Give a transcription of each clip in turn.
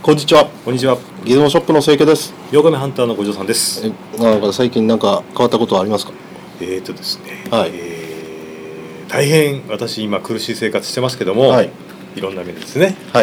こんにちは。 こんにちは。 ギズモショップの清家です。 8日目ハンターの五条さんです。 なんか最近なんか変わったことはありますか？ ですね、 はい、 大変私今苦しい生活してますけども、はい、いろんな面ですね。はい。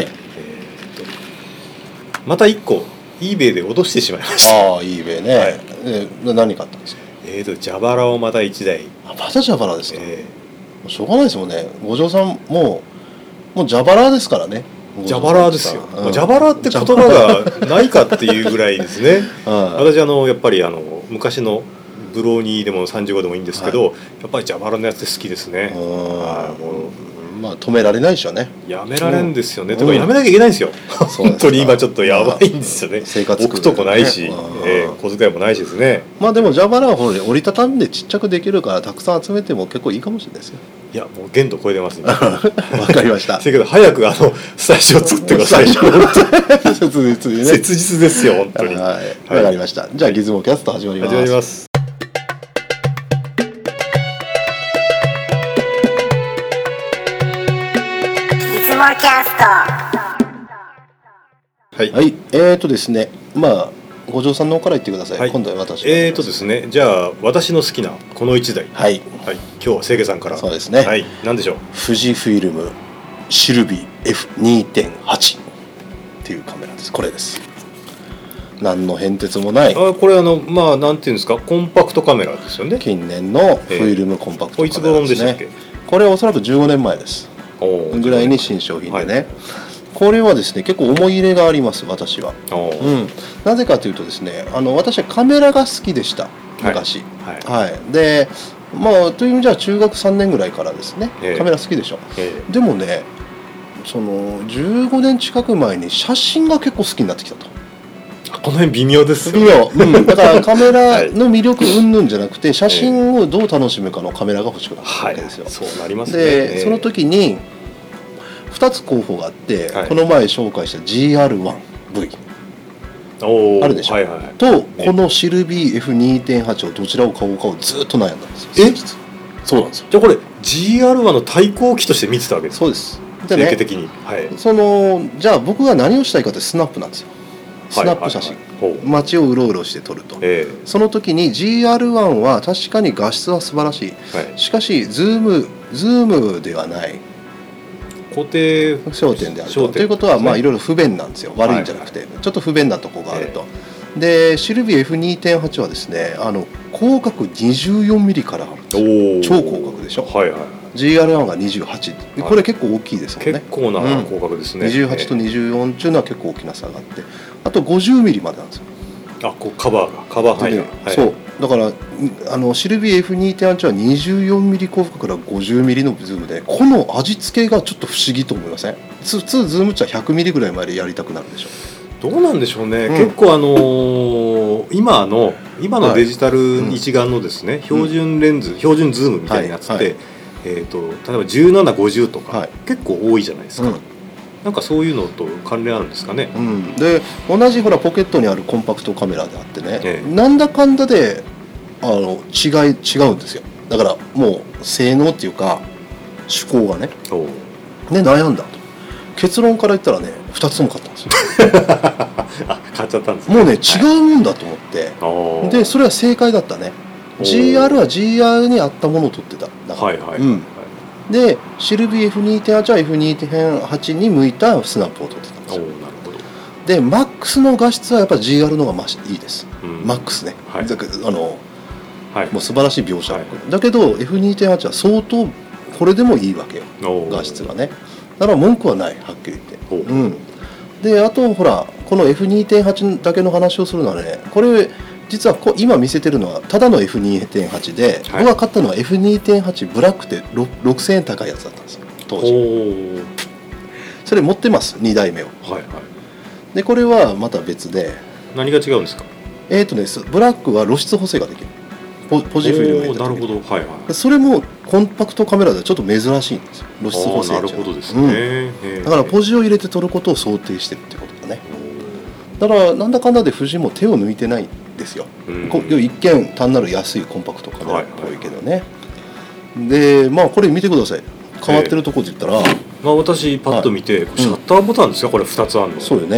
また1個 eBay で脅してしまいました。 ああ eBay ね。はい、何買ったんですか？ 蛇腹をまた1台。 また蛇腹ですか？しょうがないですもんね。五条さんもう蛇腹ですからね。 蛇腹ですよ。蛇腹って言葉がないかっていうぐらいですね。私やっぱり昔のブローニーでも35でもいいんですけど、はい、やっぱり蛇腹のやつって好きですね。 まあ止められないでしょうね。 やめられるんですよね。とかやめなきゃいけないんですよ。本当に今ちょっとやばいんですよね。生活置くとこないし、小遣いもないしですね。 まあでも蛇腹は折りたたんでちっちゃくできるからたくさん集めても結構いいかもしれないですよ。 いやもう限度超えてますね。わかりました。 だけど早くスタジオ作ってください。 切実にね。 切実ですよ本当に。 はい。わかりました。じゃあギズモキャスト始まります。 始まります。 キャスト。はい。はい。ですね。まあ五条さんの方から言ってください。はい、今度は私。 ですね。じゃあ私の好きなこの1台。はい。はい。今日は清家さんから。 そうですね。 はい。何でしょう。 富士フィルムシルビー F2.8 っていうカメラです。これです。何の変哲もない。 これまあなんていうんですか、コンパクトカメラですよね。 近年のフィルムコンパクトカメラですね。 いつ頃でしたっけ？ これはおそらく15年前です。ぐらいに新商品でね、はい、これはですね結構思い入れがあります私は、なぜかというとですね私はカメラが好きでした昔、はいでまあという意味では中学3年ぐらいからですね、カメラ好きでしょ、でもねその15年近く前に写真が結構好きになってきたと。 この辺微妙ですよね。だからカメラの魅力云々じゃなくて写真をどう楽しむかのカメラが欲しくなったわけですよ。 そうなりますね。 でその時に2つ候補があって、この前紹介した GR1V あるでしょ、とこのシルビー F2.8 をどちらを買おうかをずっと悩んだんですよ。そうなんですよ。 じゃあこれ GR1 の対抗機として見てたわけですか？ そうです。 でね、的に、 じゃあ僕が何をしたいかってスナップなんですよ。スナップ写真、街をうろうろして撮ると、その時に GR1 は確かに画質は素晴らしい、しかしズームではない固定焦点であるということはまあいろいろ不便なんですよ。悪いんじゃなくてちょっと不便なところがあると。でシルビー F2.8 はですね広角 24mm からあると。超広角でしょ。GR1 が28、これ結構大きいですもんね。 結構な広角ですね。 28と24っていうのは結構大きな差があって、あと50ミリまでなんですよ。 カバー範囲が、 そうだからシルビー F2.8 は24ミリ広角から50ミリのズームで、この味付けがちょっと不思議と思いません？普通ズームっちゃ100ミリぐらいまでやりたくなるでしょ。 どうなんでしょうね、結構今のデジタル一眼のですね、標準レンズ、標準ズームみたいなやつって、例えば1750とか、結構多いじゃないですか、なんかそういうのと関連あるんですかね。 で同じポケットにあるコンパクトカメラであってね、なんだかんだで違うんですよ。だからもう性能っていうか趣向がね悩んだと。結論から言ったらね2つも買ったんですよ。 買っちゃったんですね。 もうね、違うもんだと思って、でそれは正解だったね。GR は GR に合ったものを取ってた。でシルビー F2.8 は F2.8 に向いたスナップを取ってたんですよ。でマックスの画質はやっぱり GR の方がいいです、マックスね、もう素晴らしい描写力、だけど F2.8 は相当これでもいいわけよ、画質がね。だから文句はない、はっきり言って。であとほらこの F2.8 だけの話をするのはね、これ実は今見せてるのはただの F2.8 で、僕が買ったのは F2.8 ブラックで6000円高いやつだったんですよ当時。それ持ってます、2台目を。でこれはまた別で。 何が違うんですか？ ブラックは露出補正ができる、ポジフィルムでできる。 なるほど、 それもコンパクトカメラではちょっと珍しいんですよ、露出補正。 なるほどですね、 だからポジを入れて撮ることを想定してるってことだね。だからなんだかんだで富士も手を抜いてないですよ。一見単なる安いコンパクトカメラっぽいけどね。でまあこれ見てください。変わってるところで言ったら、 私パッと見て、シャッターボタンですか、これ2つあるの。 そうよね。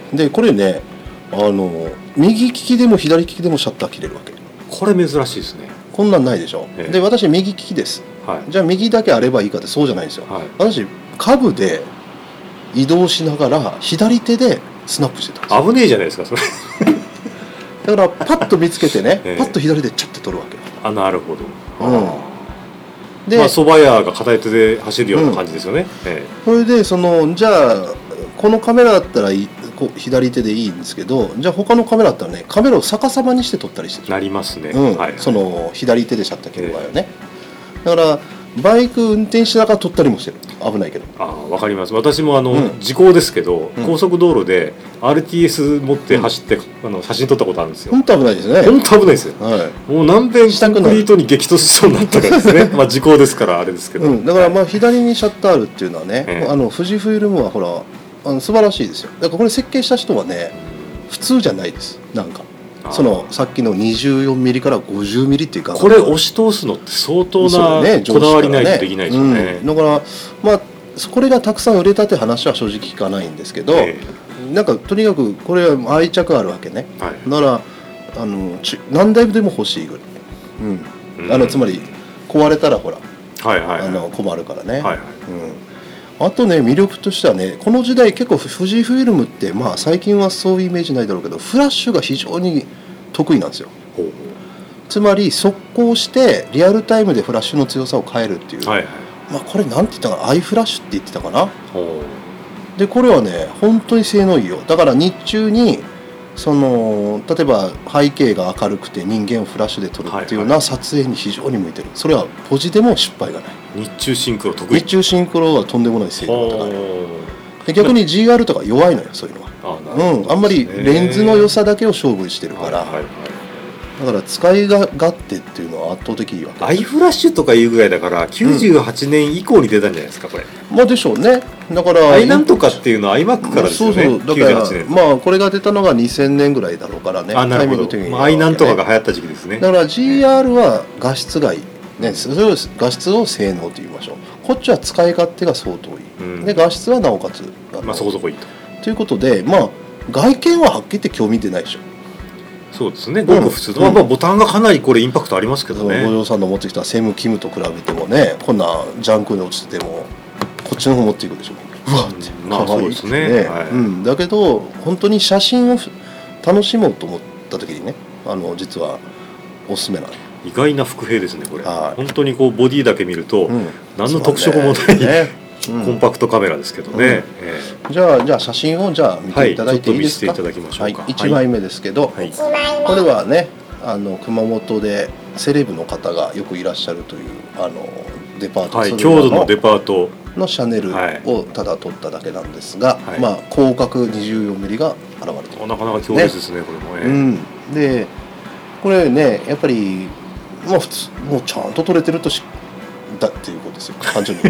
でこれね右利きでも左利きでもシャッター切れるわけ。 これ珍しいですね。 こんなんないでしょ、で私右利きです、じゃあ右だけあればいいかってそうじゃないんですよ、私カブで移動しながら左手でスナップしてたんですよ。 危ねえじゃないですかそれだからパッと見つけてね、パッと左でチャッて取るわけ。 なるほど。で蕎麦屋が片手で走るような感じですよね。 それでじゃあこのカメラだったら左手でいいんですけど、じゃあ他のカメラだったらねカメラを逆さまにして撮ったりしてる。 なりますね、 左手でシャッター切る場合はね、だからバイク運転しながら撮ったりもしてる。危ないけど。 わかります。私も時効ですけど、高速道路で RTS 持って走って、写真撮ったことあるんですよ。 本当危ないですね。 本当危ないですよ、もう何遍コンクリートに激突しそうになったからですね時効ですからあれですけど、 だから左にシャッターあるっていうのはね、富士フイルムはほら素晴らしいですよ。だからこれ設計した人はね普通じゃないです。なんかさっきの24ミリから50ミリっていうか、 これ押し通すのって相当なこだわりないとできないですよね。 だからこれがたくさん売れたって話は正直聞かないんですけど、なんかとにかくこれは愛着あるわけね、だから何台でも欲しいぐらい、つまり壊れたらほら、困るからね、あとね魅力としてはね、この時代結構富士フイルムって最近はそういうイメージないだろうけどフラッシュが非常に得意なんですよ。つまり速攻してリアルタイムでフラッシュの強さを変えるっていう、これなんて言ったかな、アイフラッシュって言ってたかな。でこれはね本当に性能いいよ。だから日中に例えば背景が明るくて人間をフラッシュで撮るっていうような撮影に非常に向いてる。それはポジでも失敗がない。 日中シンクロ得意。 日中シンクロはとんでもない性能が高い。で逆に GR とか弱いのよそういうのは。あんまりレンズの良さだけを勝負してるから、だから使い勝手っていうのは圧倒的いいわけ。 アイフラッシュとかいうぐらいだから98年以降に出たんじゃないですかこれ。 でしょうね。だからアイなんとかっていうのは iMac からですよね。 だからこれが出たのが2000年ぐらいだろうからね。 なるほど。アイなんとかが流行った時期ですね。 だから GR は画質がいいね、それを画質を性能と言いましょう。こっちは使い勝手が相当いい、で画質はなおかつそこそこいいということで、外見ははっきり言って興味出ないでしょ。 そうですね、ごく普通の、ボタンがかなりこれインパクトありますけどね。 五条さんの持ってきたセムキムと比べてもね、こんなジャンクに落ちててもこっちの方持っていくでしょ。うわってそうですね、 だけど本当に写真を楽しもうと思った時にね、実はおすすめなの。 意外な伏兵ですねこれ。本当にボディだけ見ると、何の特色もない、コンパクトカメラですけどね。 じゃあ写真を見ていただいていいですか。 ちょっと見せていただきましょうか。 1枚目ですけど、これはね熊本でセレブの方がよくいらっしゃるというデパート、 郷土のデパートのシャネルをただ撮っただけなんですが、広角 24mm が現れている。 なかなか強烈ですねこれもね。 でこれねやっぱり普通もうちゃんと撮れてるとだっていうことですよ単純に。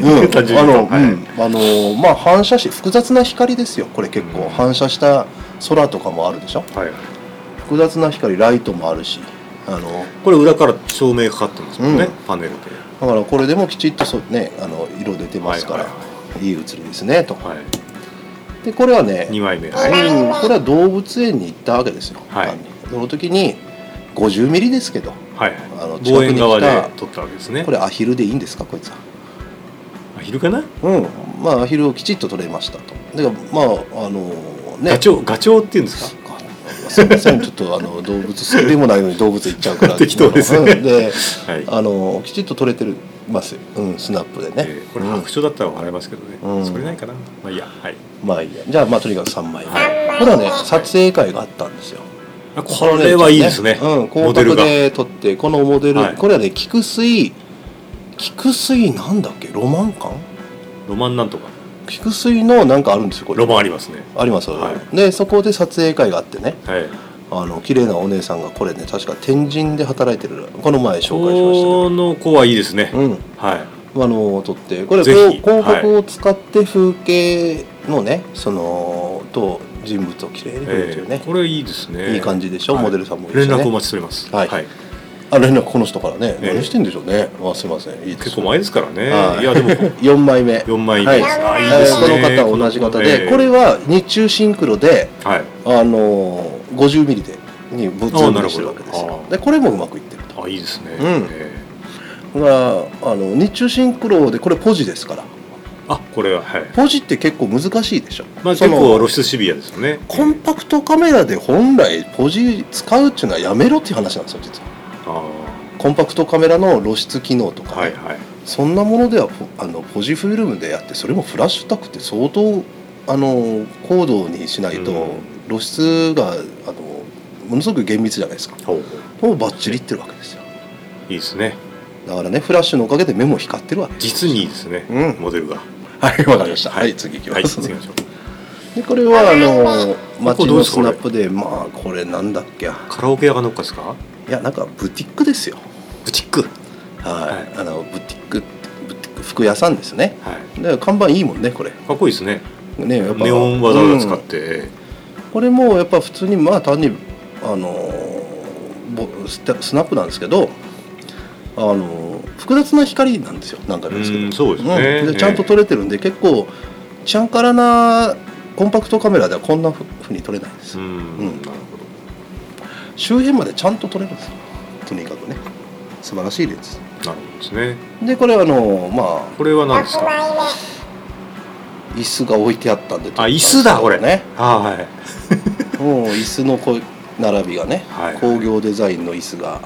反射し複雑な光ですよこれ。結構反射した空とかもあるでしょ、複雑な光ライトもあるし、 これ裏から照明かかってますもんね、パネルで。 だからこれでもきちっと色出てますから、いい写りですねと。でこれはね 2枚目、 これは動物園に行ったわけですよ。その時に50ミリですけど、 望遠側で撮ったわけですね。 これアヒルでいいんですかこいつは。 アヒルかな。 アヒルをきちっと撮れましたと。でガチョウっていうんですか。 すみませんちょっと動物好きでもないのに動物行っちゃうから適当ですね。 できちっと撮れてますよ、スナップでね。 これ白鳥だったら笑いますけどね、それないかな。いいや、 じゃあとにかく3枚目。これはね撮影会があったんですよ。 これはいいですね。 広角で撮ってこのモデル、これはね菊水なんだっけ、ロマン館、 ロマンなんとか菊水のなんかあるんですよこれ。 ロマンありますね。 あります、でそこで撮影会があってね、綺麗なお姉さんがこれね確か天神で働いてる、この前紹介しましたけど、 この子はいいですね。 撮ってこれ広角を使って風景のねと人物をきれいに撮るというね、 これいいですね。 いい感じでしょ、モデルさんもいいしね。 連絡お待ちしております。 連絡この人からね、何してんでしょうね。すいません、いいです。 結構前ですからね。 いやでも4枚目。 4枚目。 はい。いいですね。この方は同じ方で、これは日中シンクロで、50ミリでにズームしてるわけですよ。でこれもうまくいってると。 いいですね。 だから日中シンクロでこれポジですから。 これはポジって結構難しいでしょ。 結構露出シビアですよね。 コンパクトカメラで本来ポジ使うっていうのはやめろっていう話なんですよ実は。コンパクトカメラの露出機能とか、そんなものではポジフィルムでやって、それもフラッシュタックって相当高度にしないと露出がものすごく厳密じゃないですか。もうバッチリいってるわけですよ。 いいですね。 だからね、フラッシュのおかげで目も光ってるわけです。 実にいいですね、モデルが。 はい、わかりました。はい、次いきます。 次行きましょう。でこれは街のスナップで、これなんだっけ、 カラオケ屋がどっかですか？ いや、なんかブティックですよ。 ブティック。 はい、ブティック服屋さんですね。で看板いいもんね、これ。 かっこいいですね。 ね、やっぱネオンわざわざ使って、 これもやっぱ普通に単にスナップなんですけど、複雑な光なんですよ。なんかですけど、 そうですね。 でちゃんと撮れてるんで、結構チャンカラなコンパクトカメラではこんなふうに撮れないです。なるほど。周辺までちゃんと撮れるんですよ。とにかくね、素晴らしいレンズ。 なるほどですね。 でこれはこれは何ですか？ 椅子が置いてあったんで、 椅子だこれね。 もう椅子の並びがね、工業デザインの椅子が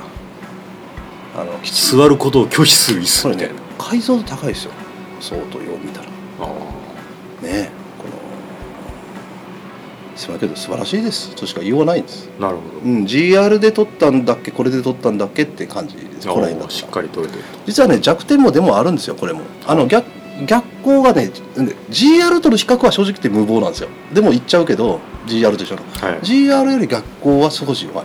座ることを拒否する椅子みたいな。 解像度高いですよ、相当よう見たら。ね、すいませんけど素晴らしいですとしか言いようがないんです。 なるほど。 GR で撮ったんだっけ、これで撮ったんだっけって感じです。 しっかり撮れてる。 実はね、弱点もでもあるんですよ。これも逆光がね、GR との比較は正直言って無謀なんですよ。でも言っちゃうけど GR と一緒の、GR より逆光は少し弱い。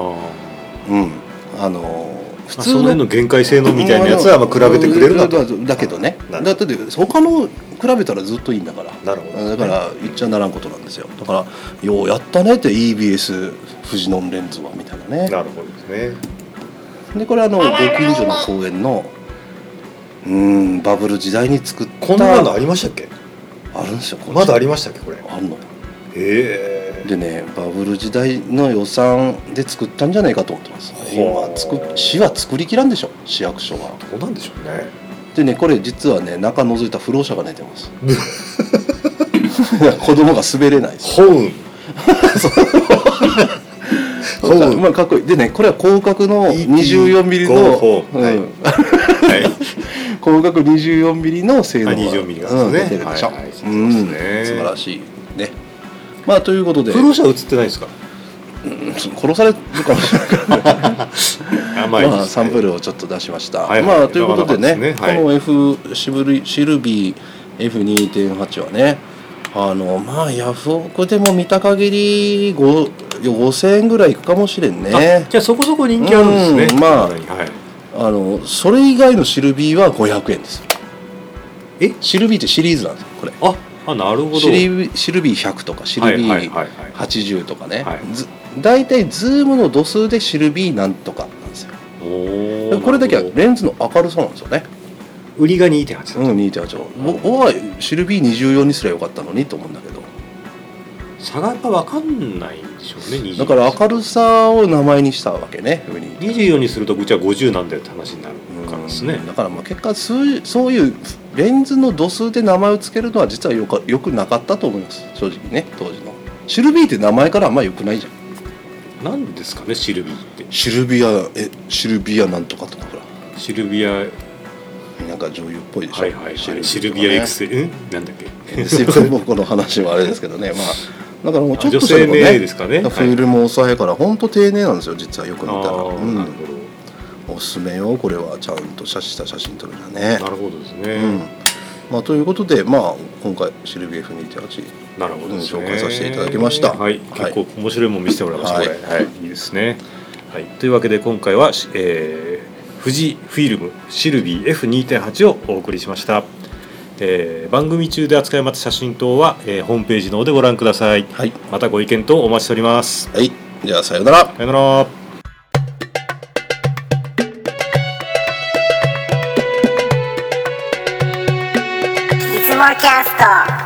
普通のその辺の限界性能みたいなやつは比べてくれるだけどね、だって他の比べたらずっといいんだから。 なるほど、 だから言っちゃならんことなんですよ。だからようやったねって EBS フジノンレンズはみたいなね。 なるほどですね。 でこれご近所の公園のバブル時代に作った。 こんなのありましたっけ？あるんですよ。 まだありましたっけこれ？ あるの。でね、バブル時代の予算で作ったんじゃないかと思ってます。市は作りきらんでしょ、市役所は。 どうなんでしょうね。 でね、これ実はね、中覗いた不老者が寝てます。子供が滑れないです。かっこいい。でね、これは広角の24ミリの広角24ミリの性能が出てるでしょ。素晴らしいね。ということで、 不老者は映ってないですか？ 殺されるかもしれないからサンプルをちょっと出しました。ということでね、このシルビー F2.8 はね、ヤフオクでも見た限り5000円ぐらいいくかもしれんね。 じゃあそこそこ人気あるんですね。 それ以外のシルビーは500円です。シルビーってシリーズなんですよ、これ。 なるほど。 シルビー100とかシルビー80とかね、大体ズームの度数でシルビーなんとかなんですよ。これだけはレンズの明るさなんですよね。 売りが 2.8 だ。 2.8。僕はシルビー24にすればよかったのにと思うんだけど、 差がやっぱ分かんないんでしょうね。 だから明るさを名前にしたわけね。 24にするとうちは50なんだよって話になるからですね。 だから結果そういうレンズの度数で名前を付けるのは実はよくなかったと思います、正直ね。当時のシルビーって名前からあんまりよくないじゃん。 なんですかね、シルビーって。 シルビアなんとかとかほら。 シルビアなんか女優っぽいでしょ。 シルビア X なんだっけ。僕の話はあれですけどね。だからもうちょっとしたのもね、フィルム抑えから本当丁寧なんですよ、実は。よく見たら。おすすめよ、これは。ちゃんとした写真撮るにはね。 なるほどですね。 ということで、今回シルビー F2.8 紹介させていただきました。 結構面白いもの見せてもらいました。いいですね。というわけで今回は富士フィルムシルビー F2.8 をお送りしました。番組中で扱いました写真等は、ホームページの方でご覧ください。またご意見等お待ちしております。 じゃあさようなら。 さようなら。 スター。